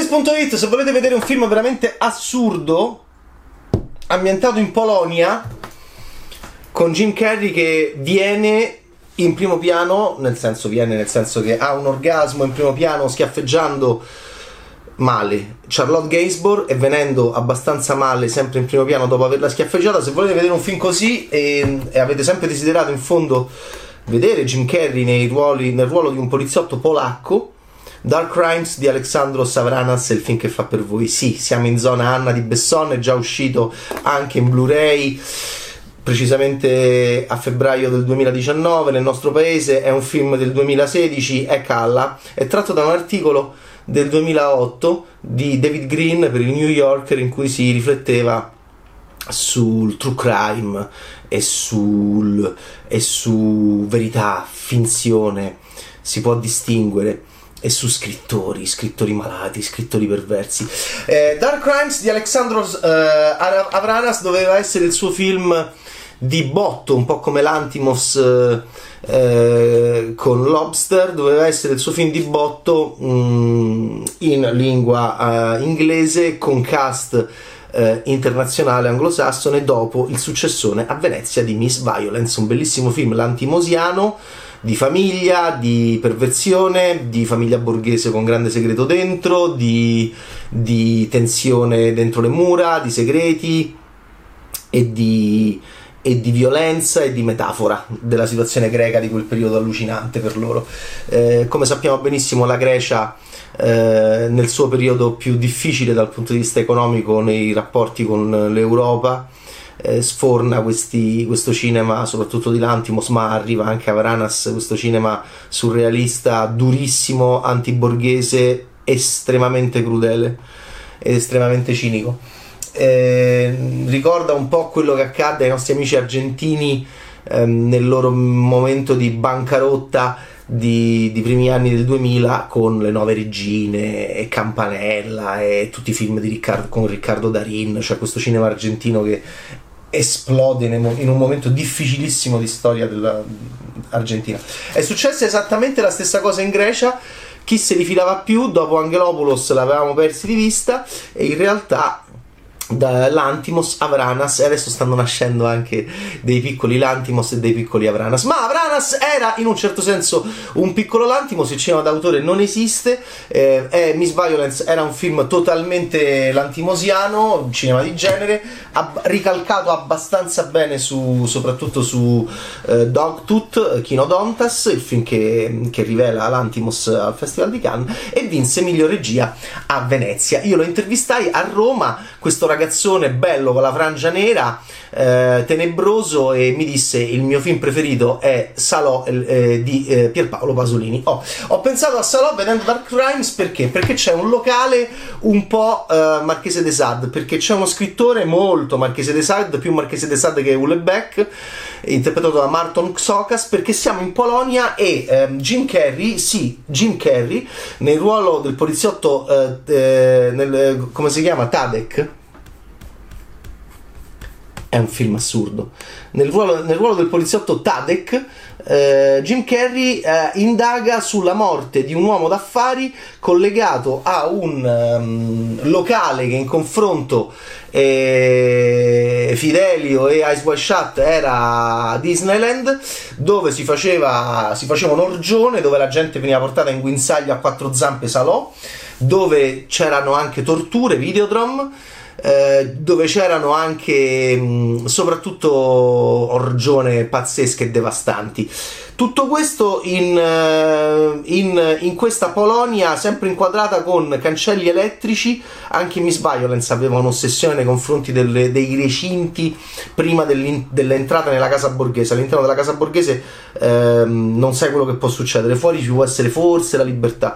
Movies.it, se volete vedere un film veramente assurdo ambientato in Polonia con Jim Carrey che viene in primo piano, nel senso che ha un orgasmo in primo piano schiaffeggiando male Charlotte Gainsbourg e venendo abbastanza male sempre in primo piano dopo averla schiaffeggiata. Se volete vedere un film così e avete sempre desiderato in fondo vedere Jim Carrey nel ruolo di un poliziotto polacco, Dark Crimes di Alexandros Avranas è il film che fa per voi. Sì, siamo in zona Anna di Besson, è già uscito anche in Blu-ray precisamente a febbraio del 2019 nel nostro paese. È un film del 2016, è Calla, è tratto da un articolo del 2008 di David Green per il New Yorker in cui si rifletteva sul true crime e su verità, finzione, si può distinguere, e su scrittori malati, scrittori perversi. Dark Crimes di Alexandros Avranas doveva essere il suo film di botto, un po' come l'Antimos con Lobster, doveva essere il suo film di botto in lingua inglese con cast internazionale anglosassone dopo il successone a Venezia di Miss Violence, un bellissimo film lantimosiano di famiglia, di perversione, di famiglia borghese con grande segreto dentro, di tensione dentro le mura, di segreti e di violenza e di metafora della situazione greca di quel periodo allucinante per loro. Come sappiamo benissimo, la Grecia nel suo periodo più difficile dal punto di vista economico nei rapporti con l'Europa sforna questo cinema, soprattutto di Lanthimos, ma arriva anche a Avranas, questo cinema surrealista, durissimo, antiborghese, estremamente crudele ed estremamente cinico. Ricorda un po' quello che accadde ai nostri amici argentini nel loro momento di bancarotta di primi anni del 2000 con Le Nove Regine e Campanella e tutti i film con Riccardo Darín, cioè questo cinema argentino che esplode in un momento difficilissimo di storia dell'Argentina. È successa esattamente la stessa cosa in Grecia. Chi se li filava più? Dopo Angelopoulos l'avevamo persi di vista e in realtà da Lanthimos, Avranas, e adesso stanno nascendo anche dei piccoli Lanthimos e dei piccoli Avranas, ma Avranas era in un certo senso un piccolo Lanthimos. Il cinema d'autore non esiste, Miss Violence era un film totalmente lantimosiano, un cinema di genere, ricalcato abbastanza bene soprattutto su Dogtooth, Kinodontas, il film che rivela Lanthimos al Festival di Cannes, e vinse miglior regia a Venezia. Io lo intervistai a Roma, questo ragazzone bello con la frangia nera, tenebroso, e mi disse: il mio film preferito è Salò di Pierpaolo Pasolini. Ho pensato a Salò vedendo Dark Crimes perché c'è un locale un po' Marchese de Sade, perché c'è uno scrittore molto Marchese de Sade, più Marchese de Sade che Houellebecq, interpretato da Marton Csokas, perché siamo in Polonia e Jim Carrey nel ruolo del poliziotto come si chiama? Tadek. È un film assurdo. Nel ruolo del poliziotto Tadek, Jim Carrey indaga sulla morte di un uomo d'affari collegato a un locale che in confronto Fidelio e Eyes Wide Shut era Disneyland, dove si faceva un orgione, dove la gente veniva portata in guinzaglio a quattro zampe, Salò, dove c'erano anche torture, Videodrome, dove c'erano anche soprattutto orgione pazzesche e devastanti. Tutto questo in questa Polonia sempre inquadrata con cancelli elettrici. Anche Miss Violence aveva un'ossessione nei confronti dei recinti prima dell'entrata nella casa borghese. All'interno della casa borghese non sai quello che può succedere, fuori ci può essere forse la libertà.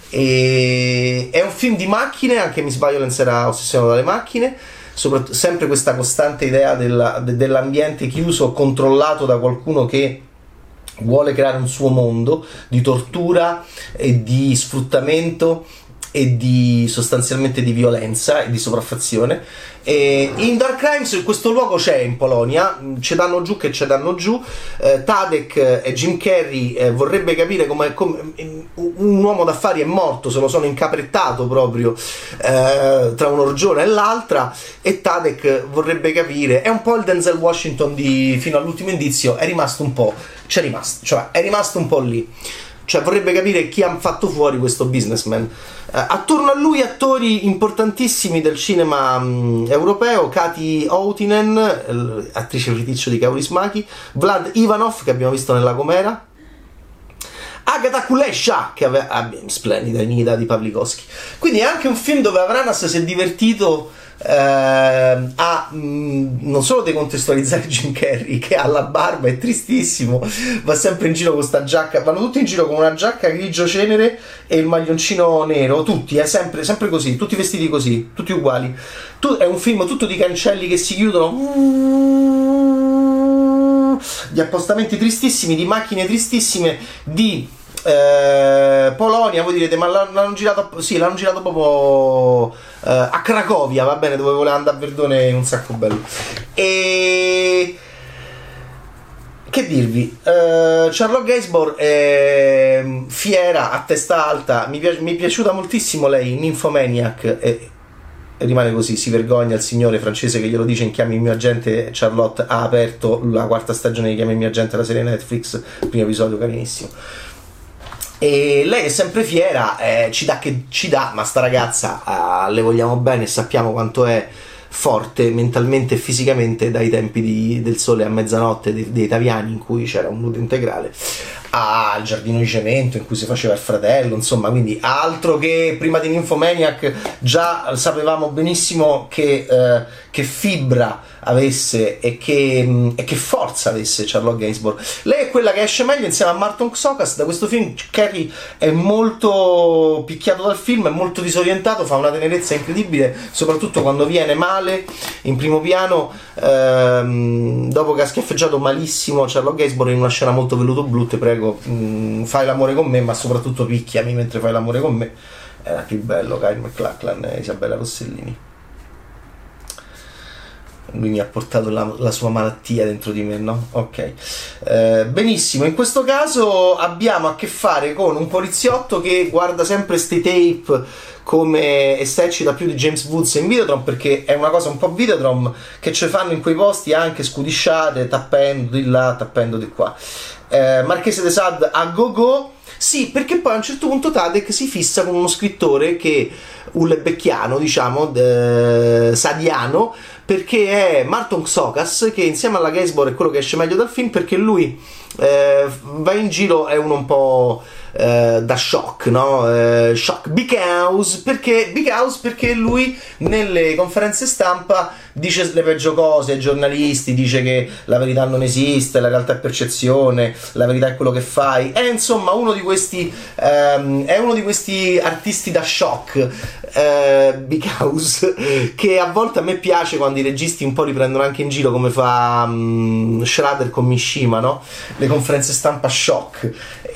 È un film di macchine, anche Miss Violence era ossessionato dalle macchine, sempre questa costante idea dell'ambiente chiuso, controllato da qualcuno che vuole creare un suo mondo di tortura e di sfruttamento e sostanzialmente di violenza e di sopraffazione. E in Dark Crimes questo luogo c'è in Polonia, ci danno giù che ci danno giù. Tadek e Jim Carrey vorrebbe capire come un uomo d'affari è morto, se lo sono incaprettato proprio tra un'orgione e l'altra, e Tadek vorrebbe capire, è un po' il Denzel Washington di Fino all'ultimo indizio, è rimasto un po', cioè è rimasto un po' lì. Cioè vorrebbe capire chi ha fatto fuori questo businessman. Attorno a lui attori importantissimi del cinema europeo: Kati Outinen, attrice feticcio di Kaurismäki, Vlad Ivanov, che abbiamo visto nella Gomera, Agata Kulesha, che aveva splendida Nida di Pavlikovsky. Quindi è anche un film dove Avranas si è divertito a non solo decontestualizzare Jim Carrey, che ha la barba, è tristissimo, va sempre in giro con sta giacca, vanno tutti in giro con una giacca grigio cenere e il maglioncino nero, tutti, è sempre così, tutti vestiti così, tutti uguali. È un film tutto di cancelli che si chiudono, di appostamenti tristissimi, di macchine tristissime, di Polonia. Voi direte, ma l'hanno girato? Sì, l'hanno girato proprio a Cracovia, va bene, dove voleva andare a Verdone, un sacco bello. E che dirvi, Charlotte Gainsbourg è fiera, a testa alta, mi è piaciuta moltissimo lei, Nymphomaniac, e rimane così, si vergogna il signore francese che glielo dice in Chiami il mio agente. Charlotte ha aperto la 4ª stagione di Chiami il mio agente, la serie Netflix, primo episodio carinissimo. E lei è sempre fiera, ci dà, ma sta ragazza le vogliamo bene, sappiamo quanto è forte mentalmente e fisicamente, dai tempi del Sole a mezzanotte dei Taviani, in cui c'era un nudo integrale, al Giardino di Cemento in cui si faceva il fratello, insomma, quindi altro che prima di Nymphomaniac. Già sapevamo benissimo che fibra avesse e che forza avesse Charlotte Gainsbourg. Lei è quella che esce meglio insieme a Marton Csokas da questo film. Carrey è molto picchiato dal film, è molto disorientato, fa una tenerezza incredibile, soprattutto quando viene male in primo piano, dopo che ha schiaffeggiato malissimo Charlotte Gainsbourg in una scena molto veluto blu. Te prego, fai l'amore con me, ma soprattutto picchiami mentre fai l'amore con me. Era più bello Kyle MacLachlan e Isabella Rossellini. Lui mi ha portato la sua malattia dentro di me, no? Ok, benissimo. In questo caso abbiamo a che fare con un poliziotto che guarda sempre ste tape come esercita più di James Woods in Videodrome, perché è una cosa un po' Videodrome che ci fanno in quei posti, anche scudisciate, tappendo di là, tappendo di qua. Marchese de Sade a go-go. Sì, perché poi a un certo punto Tadek si fissa con uno scrittore che ulebecchiano, diciamo, sadiano, perché è Marton Csokas, che insieme alla Gainsbourg è quello che esce meglio dal film, perché lui va in giro, è uno un po' da shock, no? Shock because perché lui nelle conferenze stampa dice le peggio cose ai giornalisti, dice che la verità non esiste, la realtà è percezione, la verità è quello che fai. È insomma uno di questi artisti da shock, because, che a volte a me piace quando i registi un po' li prendono anche in giro, come fa Schrader con Mishima, no? Le conferenze stampa shock.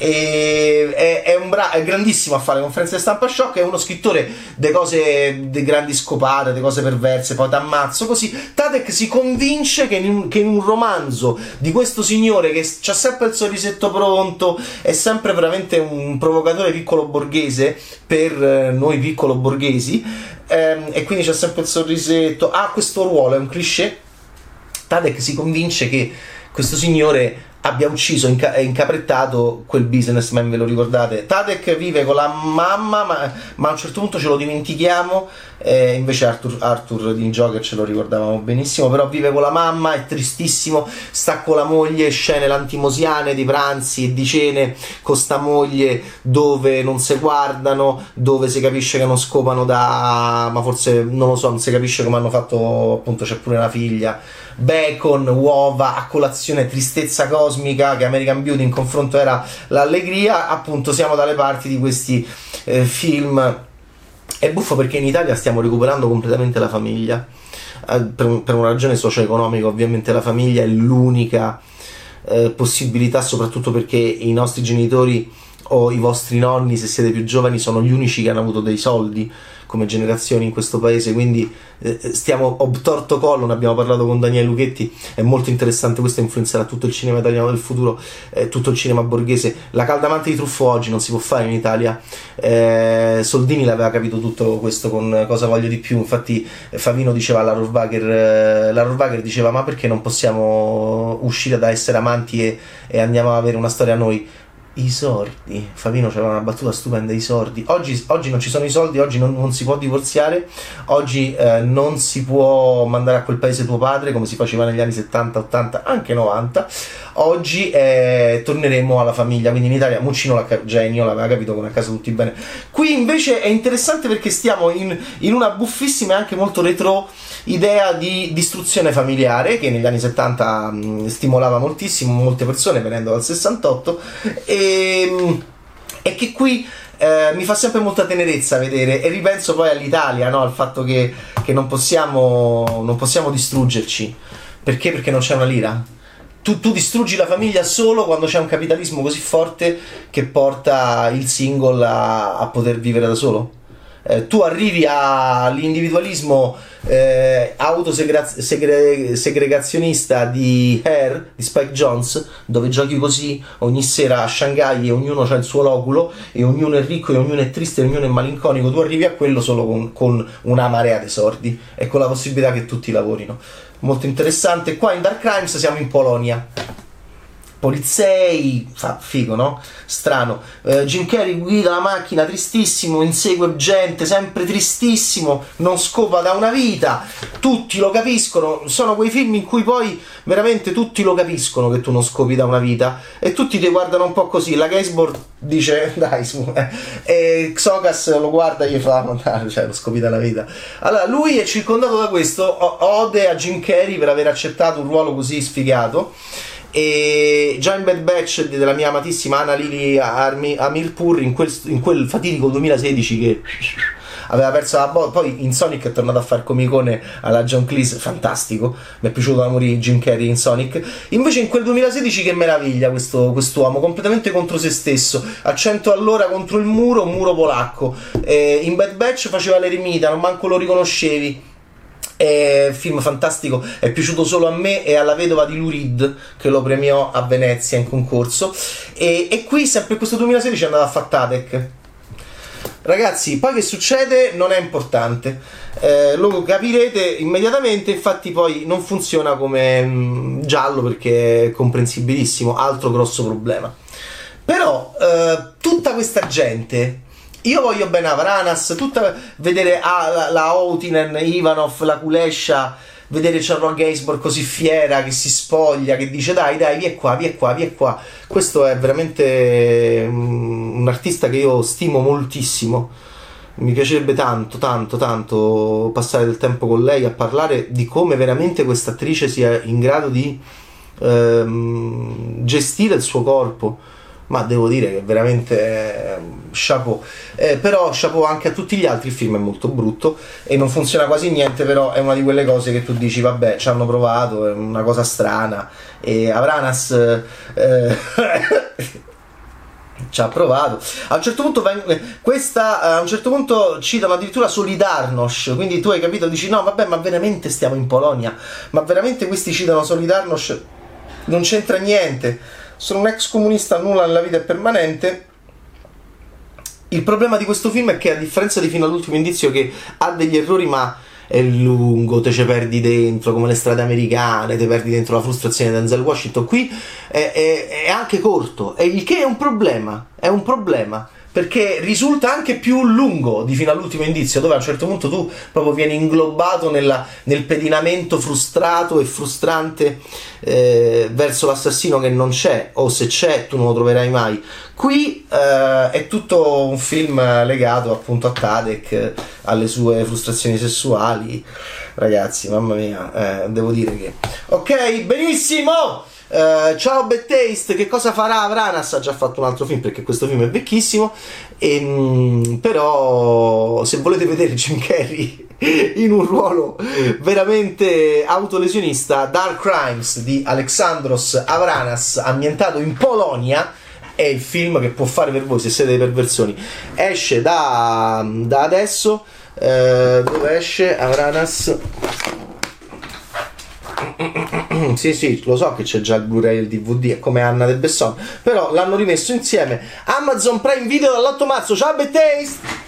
È grandissimo a fare conferenze stampa shock, è uno scrittore de cose, de grandi scopate, de cose perverse, poi t'ammazzo così. Tadek si convince che in un romanzo di questo signore che c'ha sempre il sorrisetto pronto, è sempre veramente un provocatore piccolo borghese per noi piccolo borghesi, e quindi c'ha sempre il sorrisetto, ha questo ruolo, è un cliché. Tadek si convince che questo signore abbia ucciso e incaprettato quel businessman, ve lo ricordate? Tadek vive con la mamma, ma a un certo punto ce lo dimentichiamo, invece Arthur di Joker ce lo ricordavamo benissimo, però vive con la mamma, è tristissimo, sta con la moglie, scene lantimosiane di pranzi e di cene con sta moglie dove non si guardano, dove si capisce che non scopano ma forse, non lo so, non si capisce come hanno fatto, appunto c'è pure una figlia. Bacon, uova, a colazione, tristezza cosmica, che American Beauty in confronto era l'allegria. Appunto siamo dalle parti di questi film. È buffo perché in Italia stiamo recuperando completamente la famiglia, per una ragione socio-economica. Ovviamente la famiglia è l'unica possibilità, soprattutto perché i nostri genitori o i vostri nonni, se siete più giovani, sono gli unici che hanno avuto dei soldi come generazioni in questo paese, quindi stiamo obtorto collo. Ne abbiamo parlato con Daniele Luchetti, è molto interessante, questo influenzerà tutto il cinema italiano del futuro, tutto il cinema borghese. La Caldamante di Truffaut oggi non si può fare in Italia. Soldini l'aveva capito tutto questo con Cosa voglio di più, infatti Favino diceva alla Rohrwacher diceva: ma perché non possiamo uscire da essere amanti e andiamo ad avere una storia noi? I sordi. Favino c'era una battuta stupenda: i sordi. Oggi non ci sono i soldi, oggi non si può divorziare, oggi non si può mandare a quel paese tuo padre come si faceva negli anni 70, 80, anche 90. Oggi torneremo alla famiglia, quindi in Italia Muccino genio, l'aveva capito come a casa tutti bene. Qui invece è interessante perché stiamo in una buffissima e anche molto retro idea di distruzione familiare che negli anni 70 stimolava moltissimo molte persone venendo dal 68, e che qui mi fa sempre molta tenerezza vedere, e ripenso poi all'Italia, no? Al fatto che non possiamo distruggerci. Perché non c'è una lira. Tu distruggi la famiglia solo quando c'è un capitalismo così forte che porta il single a poter vivere da solo. Tu arrivi all'individualismo autosegregazionista di Hair, di Spike Jonze, dove giochi così ogni sera a Shanghai e ognuno ha il suo loculo e ognuno è ricco e ognuno è triste e ognuno è malinconico. Tu arrivi a quello solo con una marea di sordi e con la possibilità che tutti lavorino. Molto interessante. Qua in Dark Crimes siamo in Polonia. Polizei, figo, no? Strano. Jim Carrey guida la macchina tristissimo, insegue gente sempre tristissimo, non scopa da una vita, tutti lo capiscono. Sono quei film in cui poi veramente tutti lo capiscono che tu non scopi da una vita e tutti ti guardano un po' così. La Gainsbourg dice dai su, e Xogas lo guarda e gli fa cioè lo scopi da una vita. Allora lui è circondato da questo, ode a Jim Carrey per aver accettato un ruolo così sfigato. E già in Bad Batch della mia amatissima Anna Lily Amirpour, in quel fatidico 2016 che aveva perso la poi in Sonic è tornato a far comicone alla John Cleese, fantastico, mi è piaciuto da morire Jim Carrey in Sonic. Invece in quel 2016 che meraviglia quest'uomo, completamente contro se stesso, a 100 all'ora contro il muro, un muro polacco. In Bad Batch faceva l'eremita, non manco lo riconoscevi. Film fantastico, è piaciuto solo a me e alla vedova di Lou Reed che lo premiò a Venezia in concorso, e qui sempre questo 2016 è andato a Fattatec. Ragazzi, poi che succede non è importante, lo capirete immediatamente. Infatti poi non funziona come Giallo perché è comprensibilissimo, altro grosso problema. Però tutta questa gente, io voglio bene a Vranas, vedere la Outinen, Ivanov, la Kulesha, vedere Charlotte Gainsbourg così fiera che si spoglia, che dice dai via qua. Questo è veramente un artista che io stimo moltissimo. Mi piacerebbe tanto passare del tempo con lei a parlare di come veramente questa attrice sia in grado di gestire il suo corpo. Ma devo dire che veramente chapeau. Però chapeau anche a tutti gli altri. Il film è molto brutto e non funziona quasi niente, però è una di quelle cose che tu dici vabbè, ci hanno provato, è una cosa strana. E Avranas ci ha provato. A un certo punto citano addirittura Solidarność, quindi tu hai capito, dici no vabbè, ma veramente stiamo in Polonia, ma veramente questi citano Solidarność? Non c'entra niente. Sono un ex comunista, nulla nella vita è permanente. Il problema di questo film è che, a differenza di Fino all'ultimo indizio, che ha degli errori ma è lungo, te ci perdi dentro come le strade americane, te perdi dentro la frustrazione di Denzel Washington, qui è anche corto, e il che è un problema, perché risulta anche più lungo di Fino all'ultimo indizio, dove a un certo punto tu proprio vieni inglobato nel pedinamento frustrato e frustrante verso l'assassino che non c'è, o se c'è tu non lo troverai mai. Qui è tutto un film legato appunto a Tadek, alle sue frustrazioni sessuali. Ragazzi, mamma mia, devo dire che ok, benissimo. Ciao Bad Taste, che cosa farà Vranas? Ha già fatto un altro film perché questo film è vecchissimo, però se volete vedere Jim Carrey in un ruolo veramente autolesionista, Dark Crimes di Alexandros Avranas, ambientato in Polonia, è il film che può fare per voi se siete dei perversioni. Esce da adesso, dove esce? Avranas. Sì, lo so che c'è già il Blu-ray e il DVD, è come Anna del Besson, però l'hanno rimesso insieme. Amazon Prime Video dall'8 marzo. Ciao Bad Taste!